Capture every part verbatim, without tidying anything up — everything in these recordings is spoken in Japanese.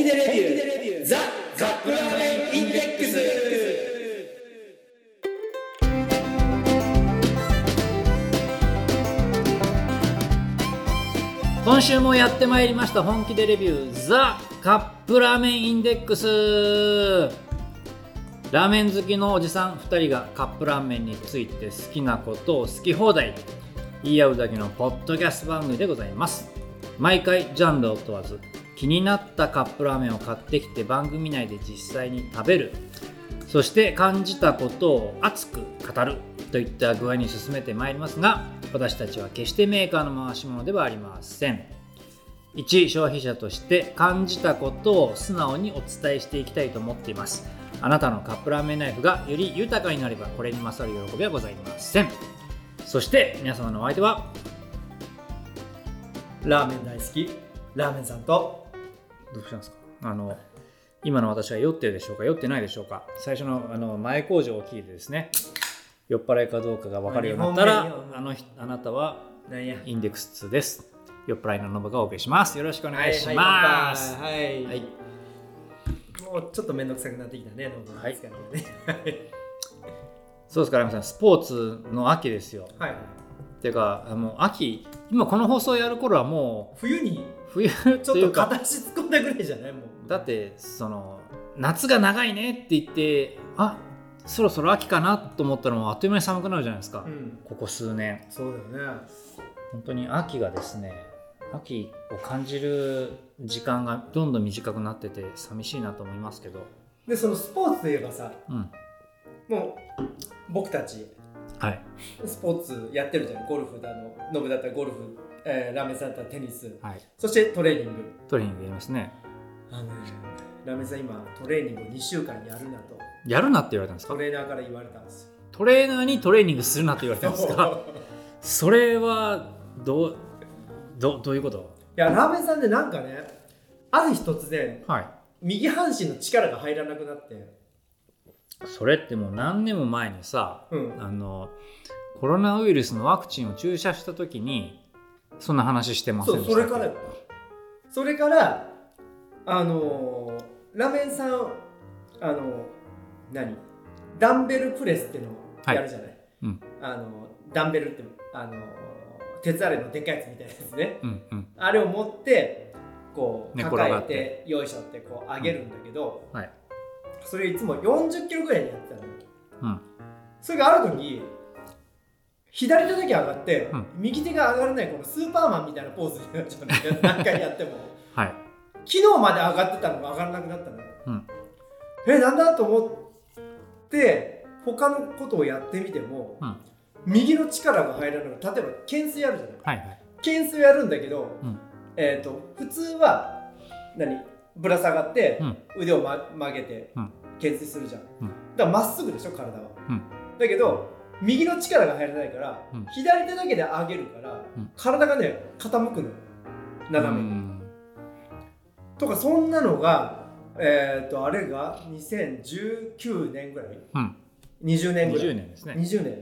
でレビューザ・カップラーメンインデックス。 今週もやってまいりました本気でレビューザ・カップラーメンインデックス。ラーメン好きのおじさんふたりがカップラーメンについて好きなことを好き放題言い合うだけのポッドキャスト番組でございます。毎回ジャンルを問わず気になったカップラーメンを買ってきて番組内で実際に食べる、そして感じたことを熱く語るといった具合に進めてまいりますが、私たちは決してメーカーの回し物ではありません。一消費者として感じたことを素直にお伝えしていきたいと思っています。あなたのカップラーメンライフがより豊かになればこれに勝る喜びはございません。そして皆様のお相手はラーメン大好きラーメンさんと、 どうしたんですか？あの今の私は酔ってるでしょうか、酔ってないでしょうか。最初のあの前工場を聞いてですね、酔っ払いかどうかが分かるようになったら、あのあなたはインデックスにです。酔っ払いのノブがお送りします。よろしくお願いします。 はいはいはい、はい、もうちょっと面倒くさくなってきたね、ノブですからね、はい、 そうですか、ラーメンさん、スポーツの秋ですよ。はい。っていうか、もう秋、今この放送やる頃はもう冬に冬ちょっと片足突っ込んだぐらいじゃない？もうだってその夏が長いねって言って、あ、そろそろ秋かなと思ったらもうあっという間に寒くなるじゃないですか、うん、ここ数年。 そうだよね。 本当に秋がですね、秋を感じる時間がどんどん短くなってて寂しいなと思いますけど。 でそのスポーツといえばさ、うん、もう僕たち、はい、スポーツやってるじゃん。ゴルフだの、ノブだったらゴルフ、えー、ラーメンさんだったらテニス、はい、そしてトレーニングトレーニングやりますね。 あのね、ラーメンさん今トレーニングをにしゅうかんやるなと。 やるなって言われたんですか？ トレーナーから言われたんですよ。 トレーナーにトレーニングするなって言われたんですか？それはどうど, どういうこと？ いや、ラーメンさんでなんかね、ある日突然、はい、右半身の力が入らなくなって。 それってもう何年も前にさ、うん、あのコロナウイルスのワクチンを注射した時にそんな話してませんでしたっけ？ そう、それからそれからあのラーメンさん、あの何ダンベルプレスっていうのをやるじゃない、はい、うん、あのダンベルってあの鉄アレのでっかいやつみたいなやつね、うんうん、あれを持ってこう抱えてよいしょってこう上げるんだけど、うん、はい、それいつもよんじゅっキロぐらいでやってたのよ、うん、それがある時左手だけ上がって、うん、右手が上がらないこのスーパーマンみたいなポーズになっちゃうんだけど何回やっても、はい、昨日まで上がってたのが上がらなくなったのよ、うん、え、なんだと思って他のことをやってみても、うん、右の力が入らない。例えば懸垂やるじゃない、はいはい、懸垂やるんだけど、うん、えーと、普通は何ぶら下がって、うん、腕を、ま、曲げて、うん、懸垂するじゃん、うん、だからまっすぐでしょ体は、うん、だけど右の力が入らないから、うん、左手だけで上げるから、うん、体がね傾くの斜めに、うん、とかそんなのがえっとあれがにせんじゅうきゅうねんぐらい、うん、にじゅうねんぐらい、にじゅうねんですね。にじゅうねん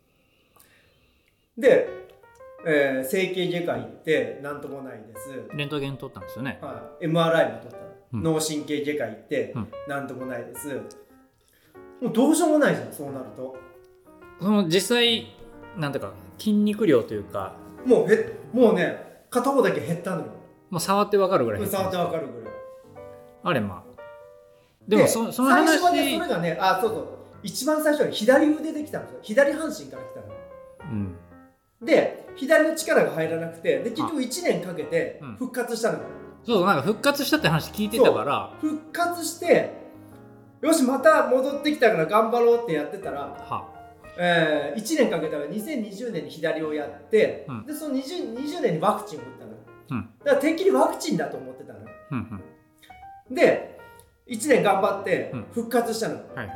で、えー、整形外科行ってなんともないです。 レントゲン取ったんですよね、 はい、エムアールアイ も取ったの、うん、脳神経外科行って、うん、なんともないです。もうどうしようもないじゃん、そうなると。 その実際なんていうか筋肉量というかもうへもうね片方だけ減ったのよ。 もう触ってわかるぐらい減ったんですか？ 触ってわかるぐらい。 あれまあでもで そ, その話最初はね、それがね、あ、そうそう、一番最初は左腕できたんですよ。左半身から来たの、うん、で左の力が入らなくて、で結局いちねんかけて復活したのよ、 うん、そうそう、なんか復活したって話聞いてたから、 復活してよしまた戻ってきたから頑張ろうってやってたら、はえー、いちねんかけたらにせんにじゅうねんに左をやって、うん、でその 20, 20年にワクチンを打ったのよ、うん、だからてっきりワクチンだと思ってたのよ、うんうん、でいちねん頑張って復活したの、うん、はいはいはい、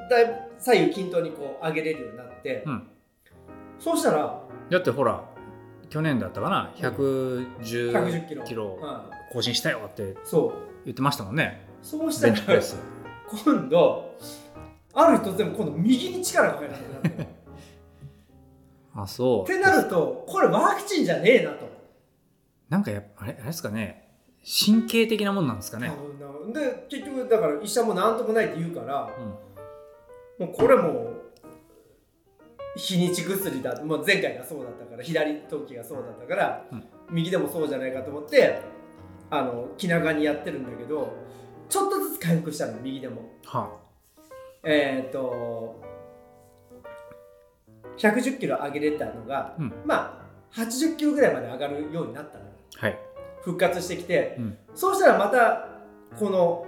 だいぶ左右均等にこう上げれるようになって、うん、そうしたらだってほら去年だったかな、ひゃくじゅうキロ更新したよって言ってましたもんね。 そうしたら今度ある日突然今度右に力が入らなくなってあ、そうってなるとこれワクチンじゃねえなと。 なんかやっぱあれ、あれですかね、 神経的なもんなんですかね。 で結局だから医者もなんともないって言うから、うん、もうこれもう日にち薬だ、もう前回がそうだったから、左頭筋がそうだったから、うん、右でもそうじゃないかと思ってあの気長にやってるんだけど、ちょっとずつ回復したの右でも、はあ、えっ、ー、とひゃくじゅっキロ上げれたのが、うん、まあはちじゅっキロぐらいまで上がるようになったのよ、はい、復活してきて、うん、そうしたらまたこの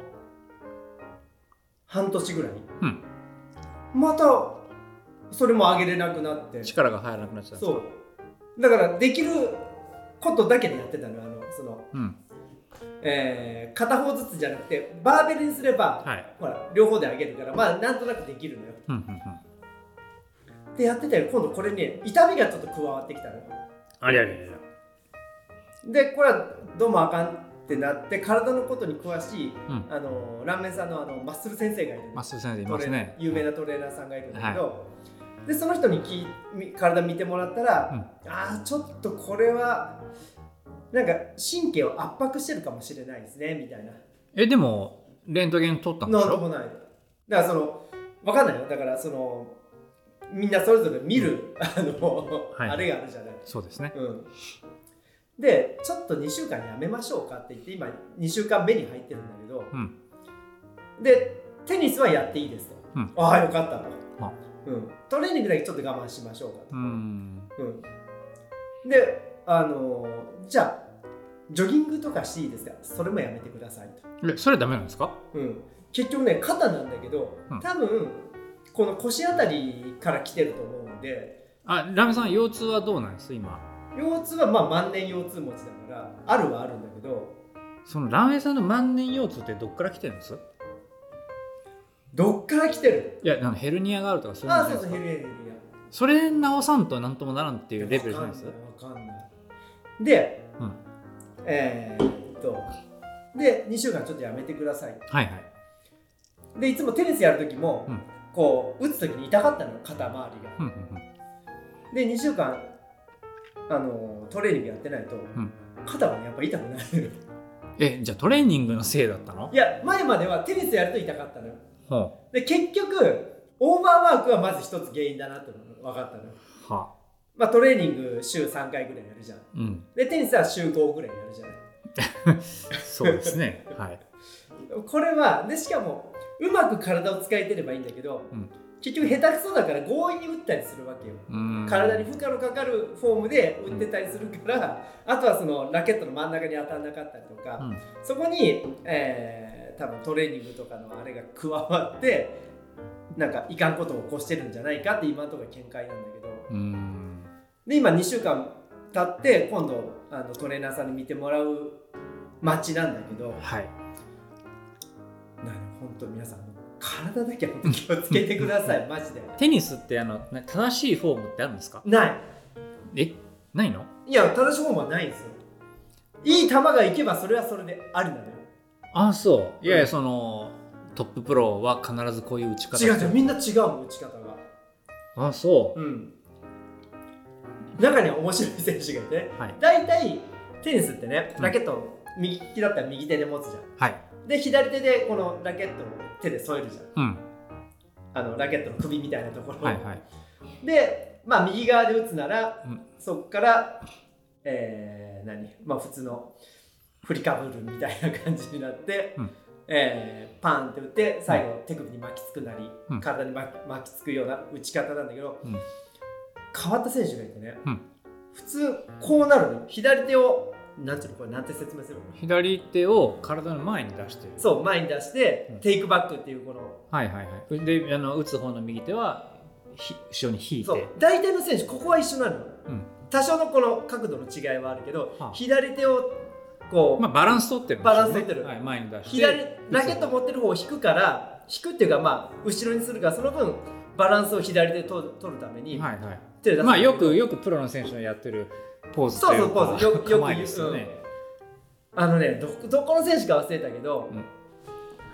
半年ぐらい、うん、またそれも上げれなくなって、 力が入らなくなっちゃった。 そうだからできることだけでやってたの、あのその、うんえー、片方ずつじゃなくてバーベルにすれば、はい、ほら両方で上げるから、まあなんとなくできるのよ、うんうんうん、でやってたら今度これに痛みがちょっと加わってきたの。 ありゃりゃりゃでこれはどうもあかんってなって、体のことに詳しい、うん、あのラーメンさんのあのマッスル先生がいる、 マッスル先生いますね、 有名なトレーナーさんがいるんだけど、はい、でその人にき体見てもらったら、うん、ああちょっとこれはなんか神経を圧迫してるかもしれないですねみたいな。 えでもレントゲン取ったんでしょ？ なんともない。だからその分かんないよ。だからそのみんなそれぞれ見る、うん、あの、はい、あれがあるじゃない。 そうですね、うん、 でちょっとにしゅうかんやめましょうかって言って今にしゅうかんめに入ってるんだけど、うん、でテニスはやっていいですと、うん、ああよかったと、うん、トレーニングだけちょっと我慢しましょうかと、うんうん、であのじゃあジョギングとかしていいですか、それもやめてくださいと。 えそれダメなんですか？ うん、結局ね肩なんだけど、うん、多分この腰あたりから来てると思うんで。 あ、ラーメンさん腰痛はどうなんです今？ 腰痛はまあ万年腰痛持ちだからあるはあるんだけど、 そのラーメンさんの万年腰痛ってどっから来てるんです？ どっから来てる？ いやなんかヘルニアがあるとかそういうの。 あ、そうそうヘルニアヘルニア。 それ直さんとなんともならんっていうレベルじゃないです？ わかんない。で、うん、えー、っとでにしゅうかんちょっとやめてください。はいはい。でいつもテニスやる時も、うん、こう打つ時に痛かったのよ肩周りが。うんうんうん、でにしゅうかんあのトレーニングやってないと、うん、肩が、ね、やっぱ痛くなる。 えじゃあトレーニングのせいだったの？ いや前まではテニスやると痛かったのよ。はあ、で結局オーバーワークはまず一つ原因だなって分かったのよ。はあ、まあ、トレーニング週さんかいぐらいやるじゃん、うん、でテニスは週ごぐらいやるじゃないそうですね、はい、 これはでしかもうまく体を使えてればいいんだけど、うん、結局下手くそだから強引に打ったりするわけよ。体に負荷のかかるフォームで打ってたりするから、うん、あとはそのラケットの真ん中に当たらなかったりとか、うん、そこに、えー、多分トレーニングとかのあれが加わってなんかいかんことを起こしてるんじゃないかって今のところ見解なんだけど、うーんで今にしゅうかん経って今度あのトレーナーさんに見てもらう待ちなんだけど、はい、なる本当皆さん体だけは気をつけてくださいマジで。 テニスってあの正しいフォームってあるんですか？ ない。 えないの？ いや正しいフォームはないんですよ。いい球がいけばそれはそれでありなのよ。 あそう。いやいやそのトッププロは必ずこういう打ち方。 違う違うみんな違うもん打ち方が。 あそう。 うん。中には面白い選手がいて、はい、だいたいテニスってねラケットを右利きだったら右手で持つじゃん。はい。で左手でこのラケットを手で添えるじゃん、うん、あのラケットの首みたいなところを、はいはい、で、まあ、右側で打つなら、うん、そこから、えー、何、まあ、普通の振りかぶるみたいな感じになって、うんえー、パーンって打って最後、うん、手首に巻きつくなり、うん、体に巻き、巻きつくような打ち方なんだけど、うん、変わった選手がいてね、うん、普通こうなるの左手をなんていうのこれなんて説明するの？ 左手を体の前に出してる。 そう前に出して、うん、テイクバックっていうこのはいはいはいであの打つ方の右手は後ろに引いてそう大体の選手ここは一緒なの、うん、多少のこの角度の違いはあるけど、はあ、左手をこう、 まあ、バランス取ってるんですよね。バランス取ってる、 はい、前に出して左ラケット持ってる方を引くから引くっていうかまあ後ろにするからその分バランスを左手で取るために、はいはい、手で出す。 まあよくよくプロの選手のやってるポーズそうそうポーズよくよく言うですよね、うん、あのね ど, どこの選手か忘れたけど、うん、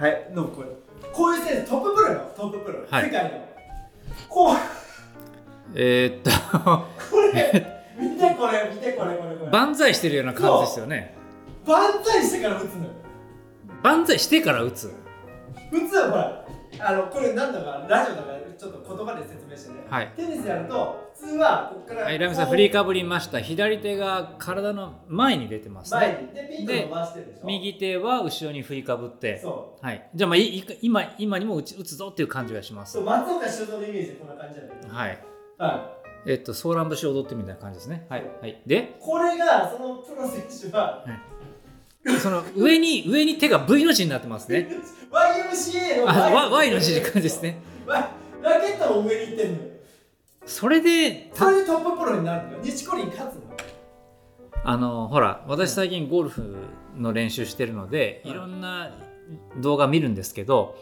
はいのこれこういう選手トッププロよトッププロ、はい、世界のこうえー、っとこれ見てこれ見てこれこれこれ万歳してるような感じですよね。 万歳してから打つのよ。 万歳してから打つ。 普通はほらあのこれなんだかラジオだからちょっと言葉で説明してね、はい、テニスやると普通はここから、 はい、ラミさん振りかぶりました。左手が体の前に出てますね。 前にでピンと伸ばしてるでしょ。 右手は後ろに振りかぶって、 そう、 はい、じゃあ、まあ、い今今にも打ち打つぞっていう感じがします。 そう、松岡修造のイメージでこんな感じじゃないですか。 はい、 はい、 えっとソーラン節踊ってみたいな感じですね。はい、はい、でこれがそのプロ選手は、 はい、その上に上に手が ブイ の字になってますね。 ワイエムシーエー の Y, Y の字って感じですね。 ラケットも上に行ってんのよ。 それでそれでトッププロになるのよ。錦織に勝つの。 あのほら私最近ゴルフの練習してるので、はい、いろんな動画見るんですけど、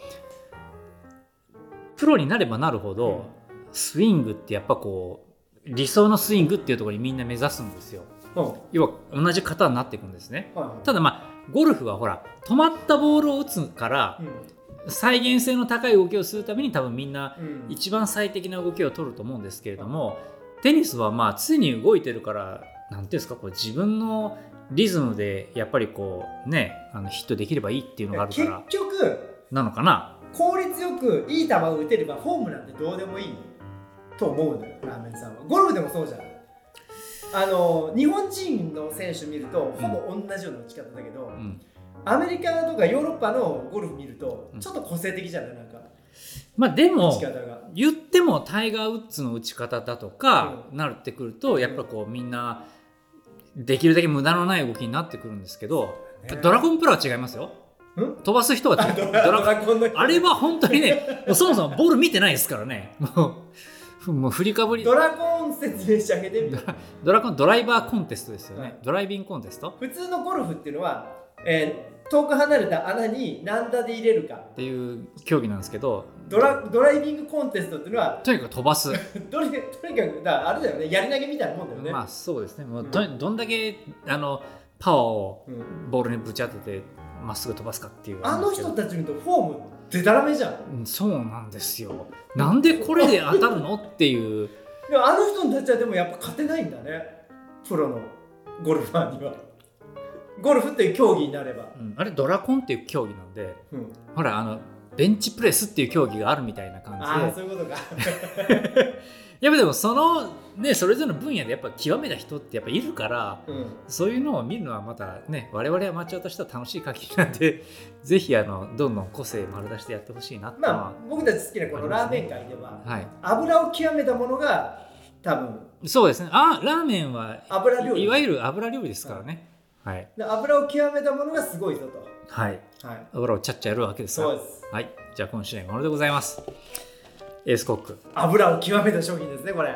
プロになればなるほど、うん、スイングってやっぱこう理想のスイングっていうところにみんな目指すんですよ。うん、要は同じ型になっていくんですね。はいはい、ただまあゴルフはほら止まったボールを打つから、うん、再現性の高い動きをするために多分みんな一番最適な動きを取ると思うんですけれども、うん、テニスはまあ常に動いてるからなんていうんですか、こう自分のリズムでやっぱりこうねあのヒットできればいいっていうのがあるから結局なのかな。 効率よくいい球を打てればフォームなんてどうでもいいと思うのよラーメンさんは。ゴルフでもそうじゃん。あの日本人の選手見るとほぼ同じような打ち方だけど、うん、アメリカとかヨーロッパのゴルフ見るとちょっと個性的じゃない、なんか。 まあでも言ってもタイガー・ウッズの打ち方だとかなってくると、うん、やっぱこうみんなできるだけ無駄のない動きになってくるんですけど、ね、ドラゴンプロは違いますよ。飛ばす人は違う。ドラゴンあれは本当にねもうそもそもボール見てないですからね。もうもう振りかぶり。 ドラゴン説明してあげてみたい。 ドラゴンドライバーコンテストですよね、はい、ドライビングコンテスト。 普通のゴルフっていうのは、えー、遠く離れた穴に何打で入れるかっていう競技なんですけど、 ド ラ, ドライビングコンテストっていうのはとにかく飛ばすとにかくだあれだよね、やり投げみたいなもんだよね。 まあそうですね。もう ど, どんだけあのパワーをボールにぶち当ててまっすぐ飛ばすかっていう。 あの人たち見るとフォームでたらめじゃん。 そうなんですよ。なんでこれで当たるのっていう。 でもあの人たちはでもやっぱ勝てないんだね、プロのゴルファーには。ゴルフっていう競技になれば、 うん、あれドラコンっていう競技なんで、うん、ほらあのベンチプレスっていう競技があるみたいな感じで。 ああそういうことか。 やっぱでもそのねそれぞれの分野でやっぱ極めた人ってやっぱいるから、うん、そういうのを見るのはまたね我々はマッチョとしては楽しい限りなんでぜひあのどんどん個性丸出してやってほしいなって、 まあ、僕たち好きなこのラーメン界では、はい、油を極めたものが多分そうですね。あラーメンは油料理、 いわゆる油料理ですからね、はい、 で油を極めたものがすごいぞと、 はいはい、油をちゃっちゃやるわけですから。 そうです、 はい、じゃあ今週のものでございます。エースコック油を極めた商品ですねこれ。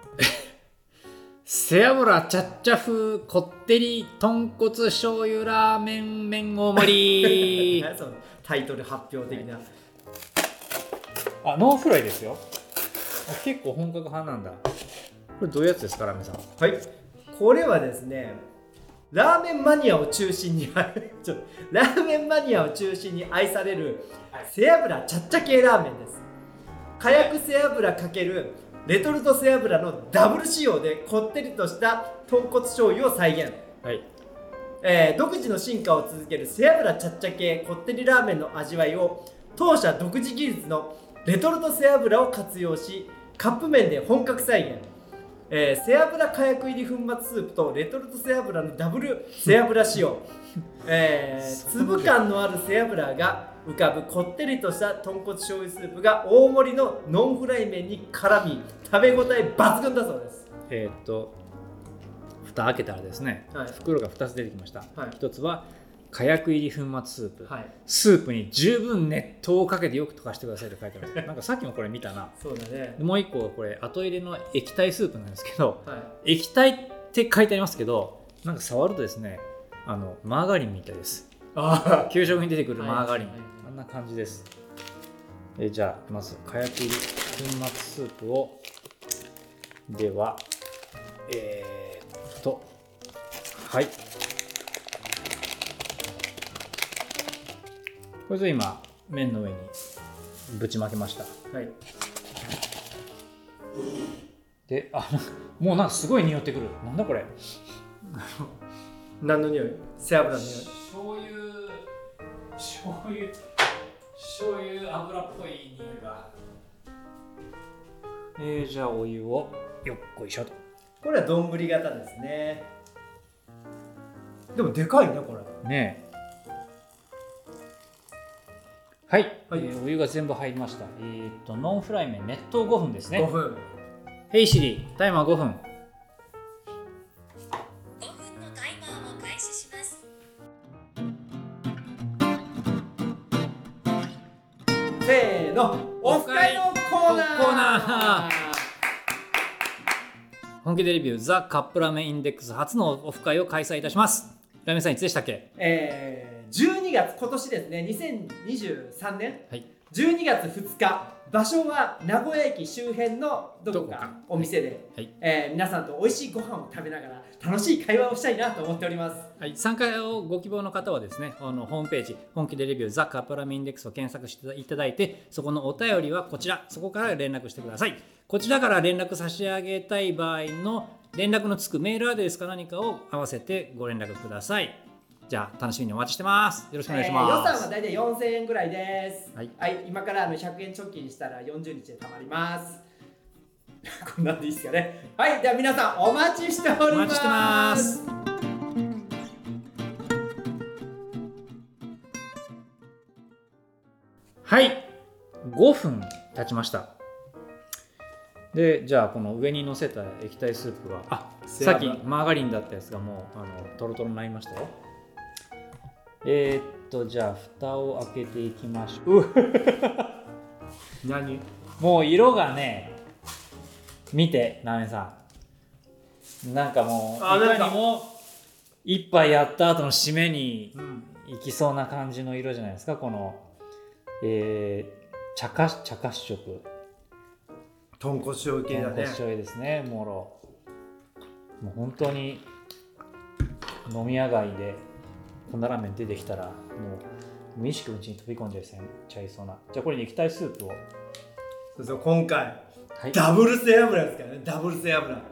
背脂ちゃっちゃ風こってり豚骨醤油ラーメン麺大盛り。 タイトル発表的な、はい、 あノンフライですよ。結構本格派なんだ。これどういうやつですかラーメンさん。 はい、これはですねラーメンマニアを中心にちょラーメンマニアを中心に愛される背脂ちゃっちゃ系ラーメンです。火薬背脂×レトルト背脂のダブル使用でこってりとした豚骨醤油を再現、はいえー、独自の進化を続ける背脂ちゃっちゃ系こってりラーメンの味わいを当社独自技術のレトルト背脂を活用しカップ麺で本格再現、えー、背脂火薬入り粉末スープとレトルト背脂のダブル背脂使用、えー、粒感のある背脂が浮かぶこってりとした豚骨醤油スープが大盛りのノンフライ麺に絡み食べ応え抜群だそうです。 えー、っと蓋開けたらですね、はい、袋がふたつ出てきました、はい、ひとつは火薬入り粉末スープ、はい、スープに十分熱湯をかけてよく溶かしてくださいと書いてあるんです。なんかさっきもこれ見たな。 そうだね。 もう一個これ後入れの液体スープなんですけど、はい、液体って書いてありますけどなんか触るとですねあのマーガリンみたいです。あ給食に出てくるマーガリン、はいはい、あんな感じです。えじゃあまず火薬入り粉末スープをではえー、っとはいこれと今麺の上にぶちまけました。はいであもうなんかすごい匂ってくる。なんだこれ。 何の匂い？背脂の匂い。 醤油醤油醤油油っぽい匂いが。えー、じゃあお湯をよっこいしょと。 これは丼型ですね。でもでかいねこれ。 ねえ。はい、 はい、 えー、お湯が全部入りました。えー、っとノンフライ麺熱湯ごふんですね。 ごふん。 ヘイシリ、タイマーごふん。 ごふんのタイマーを開始します。 せーの、オフ会のコーナー。 コーナー。本気でレビューザ・カップラーメンインデックス初のオフ会を開催いたします。ラーメンさんいつでしたっけ？ えー、じゅうにがつ、今年ですね、にせんにじゅうさんねん、はい、じゅうにがつふつか、場所は名古屋駅周辺のどこかお店で、はい、えー、皆さんと美味しいご飯を食べながら楽しい会話をしたいなと思っております。 はい、参加をご希望の方はですね、あのホームページ本気でレビューザ・カップラーメンインデックスを検索していただいて、そこのお便りはこちら、そこから連絡してください。こちらから連絡差し上げたい場合の連絡のつくメールアドレスか何かを合わせてご連絡ください。じゃあ楽しみにお待ちしてます。よろしくお願いします。 えー、予算はだいたいよんせんえんぐらいです。 はい、 はい、今からあのひゃくえん貯金したらよんじゅうにちでたまります。こんなんでいいですかね。はい、では皆さんお待ちしております。お待ちしてます。 はい、ごふん経ちました。で、じゃあこの上に乗せた液体スープは、あ、さっきマーガリンだったやつがもうあのトロトロになりましたよ。えー、っとじゃあ蓋を開けていきましょう。 何？ もう色がね、見てラーメンさん、なんかもういかにも一杯やった後の締めにいきそうな感じの色じゃないですか。この、えー、茶褐茶褐色。 豚骨醤油系だね。 豚骨醤油ですね。もろもう本当に飲み屋街でこんなラーメン出てきたらもう無意識のうちに飛び込んじゃいちゃいそうな。じゃあこれに液体スープを。 そうそう、今回、はい、ダブル背脂ですからね。ダブル背脂。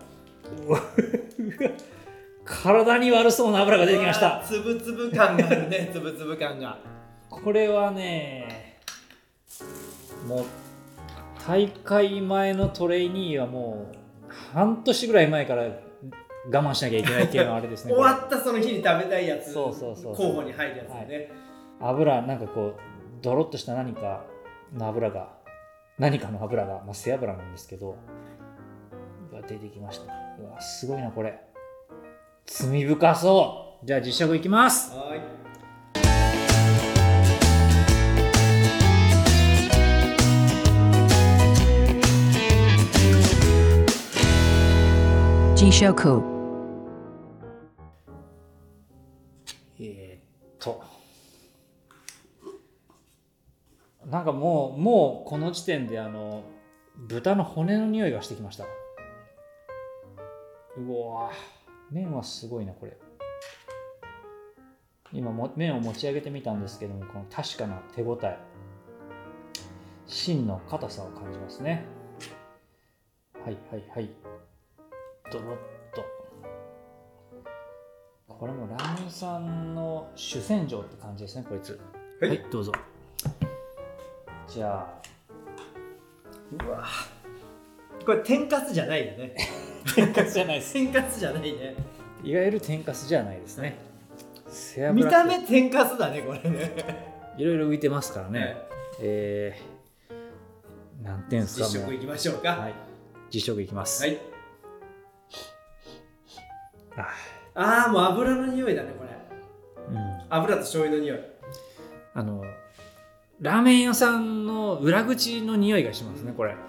体に悪そうな油が出てきました。 つぶつぶ感があるね。つぶつぶ感が。 これはね、もう大会前のトレーニーはもう半年ぐらい前から我慢しなきゃいけないっていうのはあれですね。 終わったその日に食べたいやつ、 そうそうそうそう、 候補に入るやつだね、 はい、油なんかこうドロッとした何かの油が何かの油が、まあ、背脂なんですけどが出てきました。うわすごいなこれ、罪深そう。じゃあ実食いきます。 はい、 実食。 えー、っとなんかもうもうこの時点であの豚の骨の匂いがしてきました。うわ麺はすごいなこれ。今も麺を持ち上げてみたんですけども、この確かな手応え、芯の硬さを感じますね。はいはいはい、ドロッと。これもラーメンさんの主戦場って感じですねこいつ。はい、はい、どうぞ。じゃあ、 うわこれ天かすじゃないよね。 天かすじゃないです。 天かすじゃないね。 いわゆる天かすじゃないですね。 見た目天かすだねこれね。 いろいろ浮いてますからね、はい、えー、なんていうんですか。 実食いきましょうか。 はい、実食いきます。 はい。ああもう油の匂いだねこれ、うん、油と醤油の匂い。 あのラーメン屋さんの裏口の匂いがしますねこれ。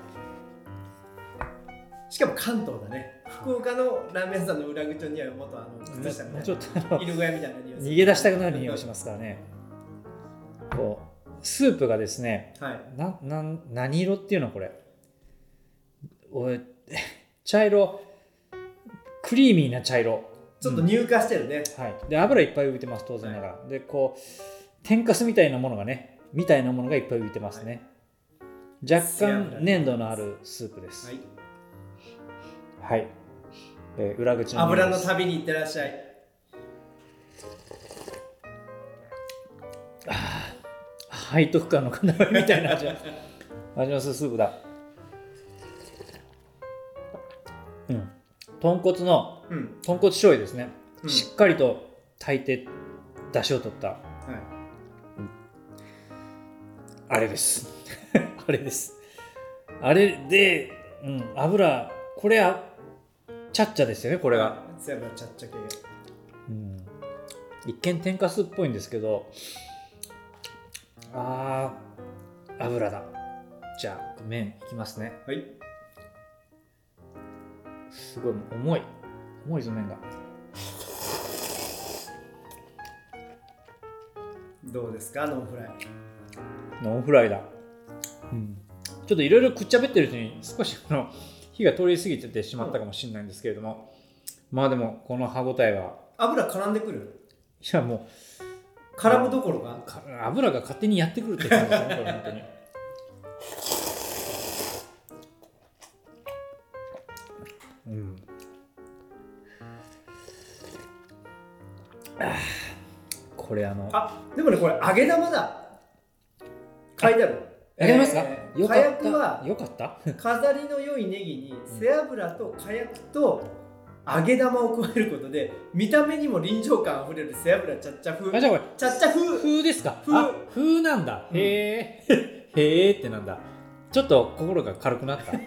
しかも関東だね。福岡のラーメン屋さんの裏口の匂いはもっとあの靴下のね、ちょっと犬小屋みたいな匂い。 逃げ出したくなる匂いしますからね。こうスープがですね、はい、なな何色っていうのこれ。おい茶色、クリーミーな茶色。 ちょっと乳化してるね、 うん、はい、で油いっぱい浮いてます当然ながら、はい、でこう天かすみたいなものがねみたいなものがいっぱい浮いてますね、はい、若干粘度のあるスープです。はい、はい、えー、裏口の油の旅に行ってらっしゃい。 ああ、背徳感の塊みたいな味味のするスープだ。うん、豚骨の、うん、豚骨醤油ですね、うん、しっかりと炊いて出汁を取った、はい、うん、あれですあれですあれで、うん、油これはチャッチャですよね、これが全部チャッチャ系、 うん、一見天かすっぽいんですけど、あー油だ。じゃあ麺いきますね。 はい。 すごい重い重いぞ麺が。 どうですかノンフライ。 ノンフライだ、うん、ちょっといろいろくっちゃべってるうちに少しあの火が通り過ぎててしまったかもしれないんですけれども、うん、まあでもこの歯ごたえは。 油絡んでくる。 いやもう絡むどころが油が勝手にやってくるって感じですねこれ本当に。うん、あこれあのあでもねこれ揚げ玉だ書いてある。 揚げ玉ですか、 えー、火薬はよかった飾りの良いネギに背脂と火薬と揚げ玉を加えることで見た目にも臨場感あふれる背脂チャッチャ風。 あじゃあこれチャッチャ風風ですか。 風あ風なんだ、うん、へえへえってなんだ。ちょっと心が軽くなった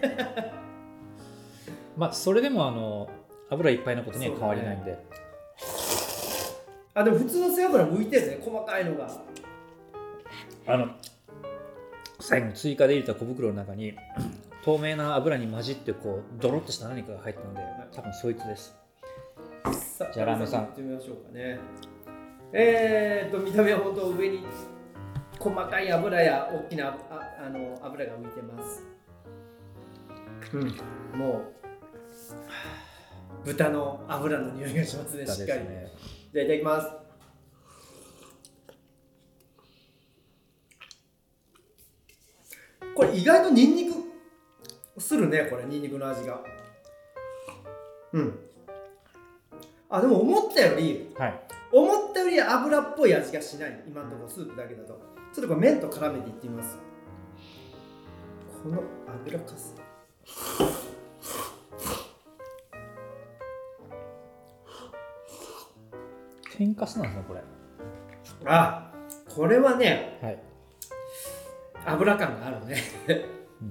まあそれでもあの油いっぱいのことには変わりないんで、ね、 あでも普通の背脂向いてるね細かいのが。 あの最後に追加で入れた小袋の中に透明な油に混じってこうドロッとした何かが入ったので多分そいつです。じゃあラーメンさんいってみましょうかね。えーっと見た目は本当上に細かい油や大きなああの油が浮いてます。うん、もう豚の油の匂いがしますね、しっかり。ね、じゃあいただきます。これ意外とニンニクするね、これニンニクの味が。うん。あ、でも思ったより、はい、思ったより油っぽい味がしない。今のところスープだけだと。ちょっとこれ麺と絡めていってみます。この油かす。 天かすなんですねこれ。 あ、これはね、 はい、 油感があるね、うん、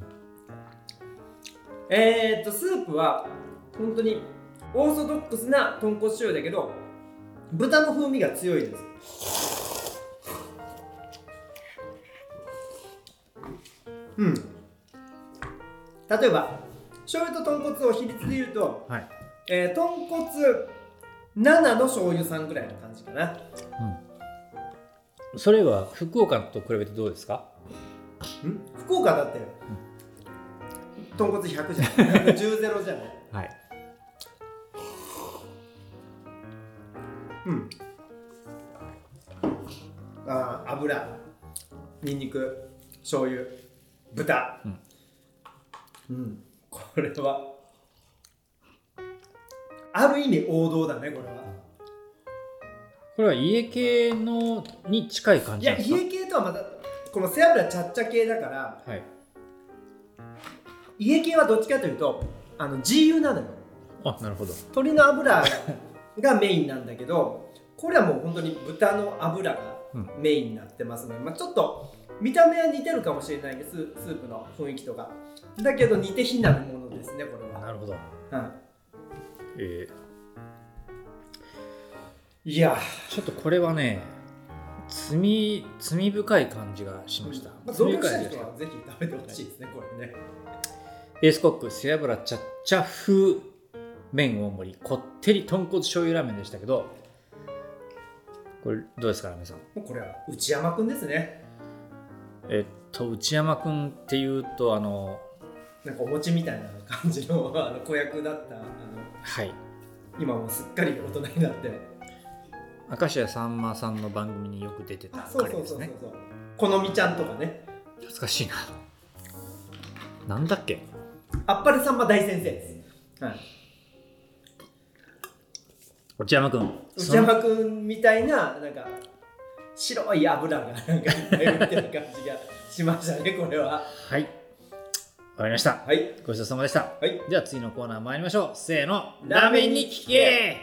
えっとスープは本当にオーソドックスな豚骨醤油だけど豚の風味が強いです。うん。例えば醤油と豚骨を比率で言うと、はい、えー、豚骨ななの醤油さんぐらいの感じかな。 うん、それは福岡と比べてどうですか？ ん福岡だって、うん、豚骨ひゃくじゃんじゅうゼロじゃない。はい。うんあ油にんにく醤油豚、うん、うん、これはある意味王道だね。これはこれは家系のに近い感じなんですか？ いや家系とはまたこの背脂チャッチャ系だから、はい、家系はどっちかというとあの ジーユー なのよ。 あ、なるほど。 鶏の油がメインなんだけどこれはもう本当に豚の油がメインになってますので、うん、まあ、ちょっと見た目は似てるかもしれないけどスープの雰囲気とかだけど似て非なるものですねこれは。 なるほど、 うん、 えー、いやちょっとこれはね罪罪深い感じがしました。 まあ、罪深い人はぜひ食べてほしいですね、はい、これね。 エースコック背脂チャッチャ風麺大盛りこってり豚骨醤油ラーメンでしたけど、これどうですかラーメンさん。 もうこれは内山くんですね。 えっと内山くんっていうとあのなんかお餅みたいな感じのあの子役だったあの、 はい、 今もうすっかり大人になって明石家さんまさんの番組によく出てた彼ですね。 このみちゃんとかね。 懐かしいな。なんだっけ。 あっぱれさんま大先生です。はい。 内山くん内山くんみたいななんか白い油がなんかいっぱい浮いてる感じがしましたねこれは。 はい、わかりました。 はい、 ごちそうさまでした。 はい、 では次のコーナー参りましょう。せーの、ラーメンに聞け。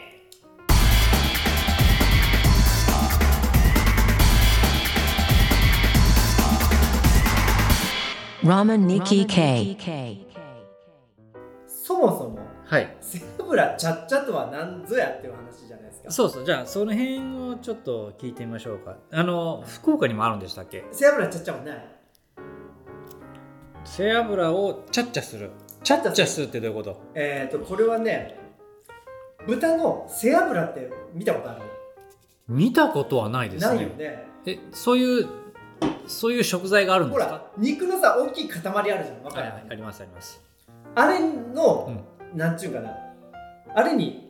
ラーメンに聞け。 そもそも、 はい、 背脂チャッチャとは何ぞやっていう話じゃないですか。 そうそう、じゃあその辺をちょっと聞いてみましょうか。あの福岡にもあるんでしたっけ？ 背脂チャッチャはない。 背脂をチャッチャする。チャッチャするってどういうこと？ えっとこれはね、豚の背脂って見たことある？ 見たことはないですね。 ないよね。 え、そういうそういう食材があるんですか？ ほら、肉のさ大きい塊あるじゃん。わかる？ はい、ありますあります。 あれの、うん、なんちゅうかな、あれに、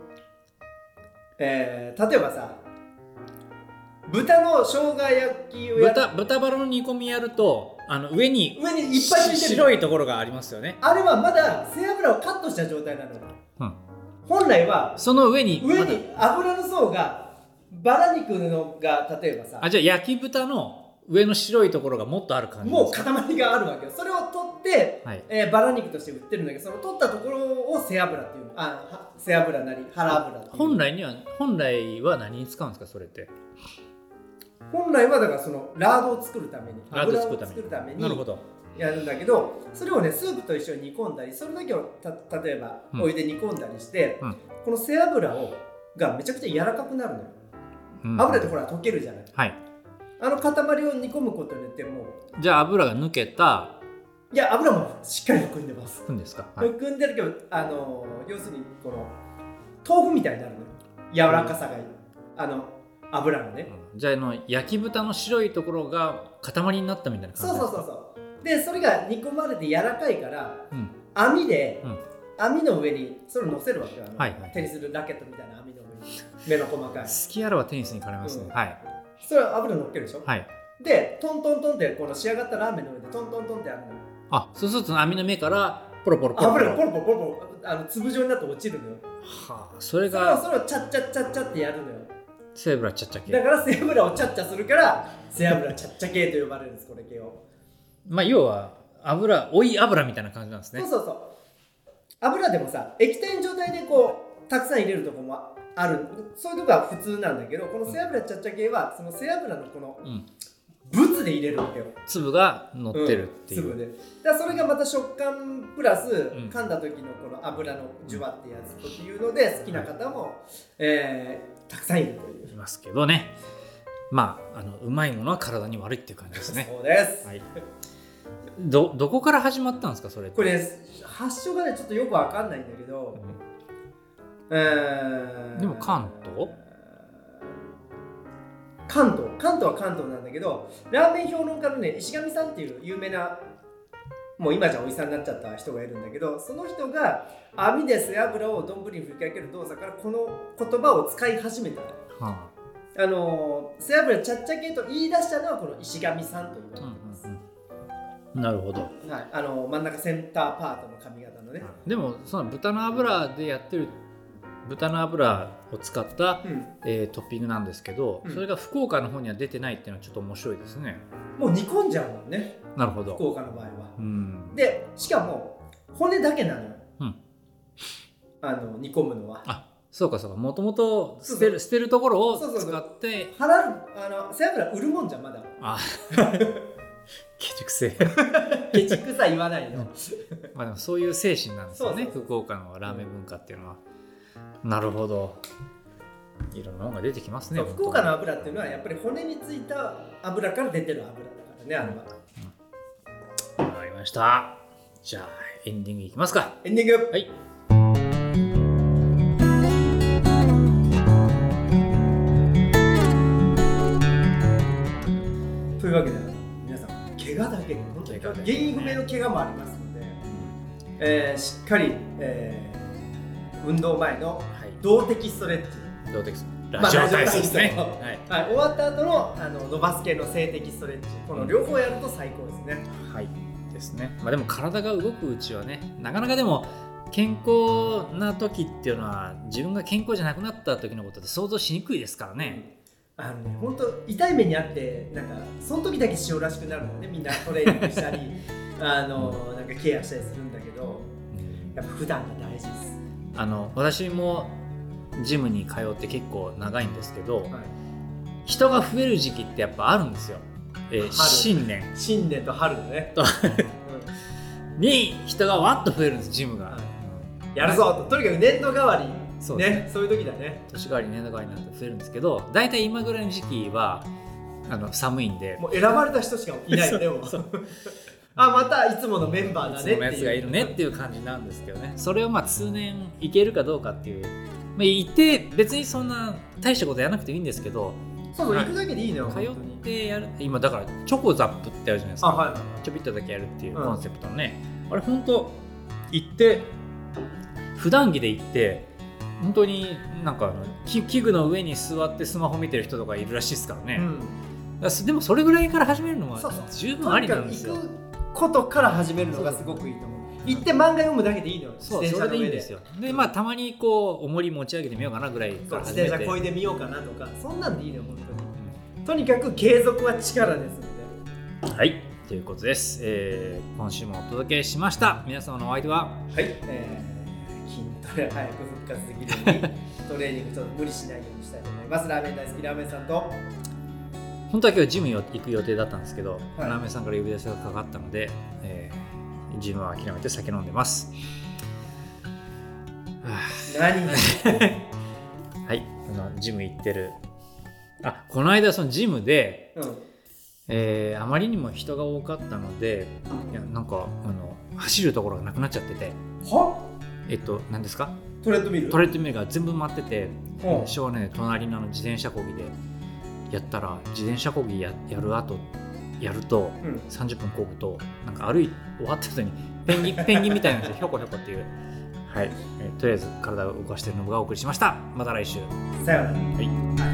えー、例えばさ、豚の生姜焼きをや豚豚バラの煮込みやると、あの上に上にいっぱいついてる白いところがありますよね。 あれはまだ背脂をカットした状態なのよ。 うん、 本来はその上に上に油の層がバラ肉のが例えばさ、 あ、じゃあ焼き豚の上の白いところがもっとある感じですか？ もう塊があるわけよ。それを取って、はい、えー、バラ肉として売ってるんだけど、その取ったところを背脂っていうの。あ、背脂なり腹脂っていう。 本来には本来は何に使うんですかそれって？ 本来はだからそのラードを作るために、 油を作るためになるほどやるんだけど、それをねスープと一緒に煮込んだり、それだけをた例えばお湯で煮込んだりして、うん、この背脂をがめちゃくちゃ柔らかくなるのよ。うん、油ってほら溶けるじゃない。 はい。 あの塊を煮込むことによってもう、じゃあ油が抜けた、 いや油もしっかり含んでます。 含んですか？ はい、含んでるけど、あの要するにこの豆腐みたいになるのよ。柔らかさがいい、あの油がね、 うん、じゃあ、あの焼き豚の白いところが塊になったみたいな感じですか？ そうそうそうそう。でそれが煮込まれて柔らかいから、うん、網で、うん、網の上にそれを乗せるわけよ。あの、はいはい、テニスラケットみたいな網の上に目の細かい。 好きやらはテニスに行かれますね。うん、はい。 それは油乗っけるでしょ。 はい。 でトントントンってこの仕上がったラーメンの上でトントントンってあるのよ。 あ、そうすると網の目からポロポロポロポロ油がポロポロポロポロあの粒状になって落ちるのよ。 はあ、それがそれをそれをチャッチャッチャッチャってやるのよ。 背脂チャッチャ系だから背脂をチャッチャするから背脂チャッチャ系と呼ばれるんです、これ系を。 まあ要は油、追い油みたいな感じなんですね。 そうそうそう。油でもさ、液体の状態でこうたくさん入れるとこもある、そういうとこが普通なんだけど、この背脂チャッチャ系はその背脂のこのブツで入れるわけよ。 粒が乗ってるっていう、 うん、粒で。だからそれがまた食感プラス、うん、噛んだ時のこの油のジュワってやつっていうので好きな方も、えー、たくさんいるという。 いますけどね。まあ、あのうまいものは体に悪いっていう感じですね。 そうです。 はい。どどこから始まったんですかそれって？ これ発祥がねちょっとよくわかんないんだけど、うん、えー、 でも関東？ 関東関東は関東なんだけど、ラーメン評論家のね石上さんっていう有名な、もう今じゃおじさんになっちゃった人がいるんだけど、その人が網で背脂を丼に振りかける動作からこの言葉を使い始めた、はあ、あの背脂チャッチャ系と言い出したのはこの石上さんと言われてます、うんうん、なるほど、 はい、あの真ん中センターパートの髪型のね。 でもその豚の脂でやってる豚の油を使った、うんえー、トッピングなんですけど、うん、それが福岡の方には出てないっていうのはちょっと面白いですね。 もう煮込んじゃうもんね。 なるほど。 福岡の場合は、うん、でしかも骨だけなのよ、うん、あの煮込むのは。 あ、そうかそうか、もともと捨てる捨てるところを使って払う、あの背脂売るもんじゃんまだ。 あケチくせケチくさ言わないのまあでもそういう精神なんですよね。そうそうそう、福岡のラーメン文化っていうのは。なるほど、いろんなものが出てきますね。 福岡の油っていうのはやっぱり骨についた油から出てる油だからね、あれは。 わ、うん、かりました。じゃあエンディングいきますか。 エンディング、 はい。 というわけで皆さん怪我だけで原因不明の怪我もありますので、えー、しっかり、えー運動前の動的ストレッチ、 動的ラジオ体操ですね、 はいはい、終わった後のあの伸ばす系の静的ストレッチ、この両方やると最高ですね。 はいですね。まあでも体が動くうちはね、なかなかでも健康な時っていうのは自分が健康じゃなくなった時のことって想像しにくいですからね。 あのね、本当痛い目にあってなんかその時だけ塩らしくなるのね、みんなトレーニングしたりあのなんかケアしたりするんだけど、やっぱ普段が大事です。 あの私もジムに通って結構長いんですけど、はい、人が増える時期ってやっぱあるんですよ、えー、新年新年と春ねに人がわっと増えるんです、ジムが、はい、 やるぞと、とにかく年度代わりそうですね、そういう時だね。 年代わり年度代わりになって増えるんですけど、だいたい今ぐらいの時期はあの寒いんで、 もう選ばれた人しかいないよねもうあ、またいつものメンバーだねっていう、いつものやつがいるねっていう感じなんですけどね。それをまあ通年いけるかどうかっていう、まあ、いて別にそんな大したことやらなくていいんですけど、 そうそう、行くだけでいいのよ。 通ってやる、今だからチョコザップってあるじゃないですか、 あ、はいはい、 ちょびっとだけやるっていうコンセプトのね、うん、あれ本当行って普段着で行って本当になんか器具の上に座ってスマホ見てる人とかいるらしいですからね、うん、だからでもそれぐらいから始めるのは十分ありなんですよ。 行くことから始めるのがすごくいいと思う。行って漫画読むだけでいいのよ。 そう、それでいいんですよ。で、まあたまにこう重り持ち上げてみようかなぐらいから始めて、 自転車こいでみようかなとか、そんなんでいいのよ本当に。とにかく継続は力ですので。 はい、ということです、えー、今週もお届けしました。皆様のお相手は、 はい、えー、筋トレ早く復活できるようにトレーニングちょっと無理しないようにしたいと思います。ラーメン大好きラーメンさんと、 本当は今日ジム行く予定だったんですけど、はい、ラーメンさんから呼び出しがかかったので、えー、ジムは諦めて酒飲んでます。 何はい、あのジム行ってる。あ、この間そのジムで、うん、えー、あまりにも人が多かったので、いやなんかあの走るところがなくなっちゃってて、 は？ えっと何ですか？ トレッドミル。 トレッドミルが全部埋まってて、しょうがね、隣の自転車こぎでやったら、自転車こぎ や, やる後やると、うん、さんじゅっぷんこぐとなんか歩い終わった後にペンギンペンギンみたいなやつでひょこひょこっていう、はい、えー、とりあえず体を動かしているのがお送りしました。また来週。 さようなら。はい。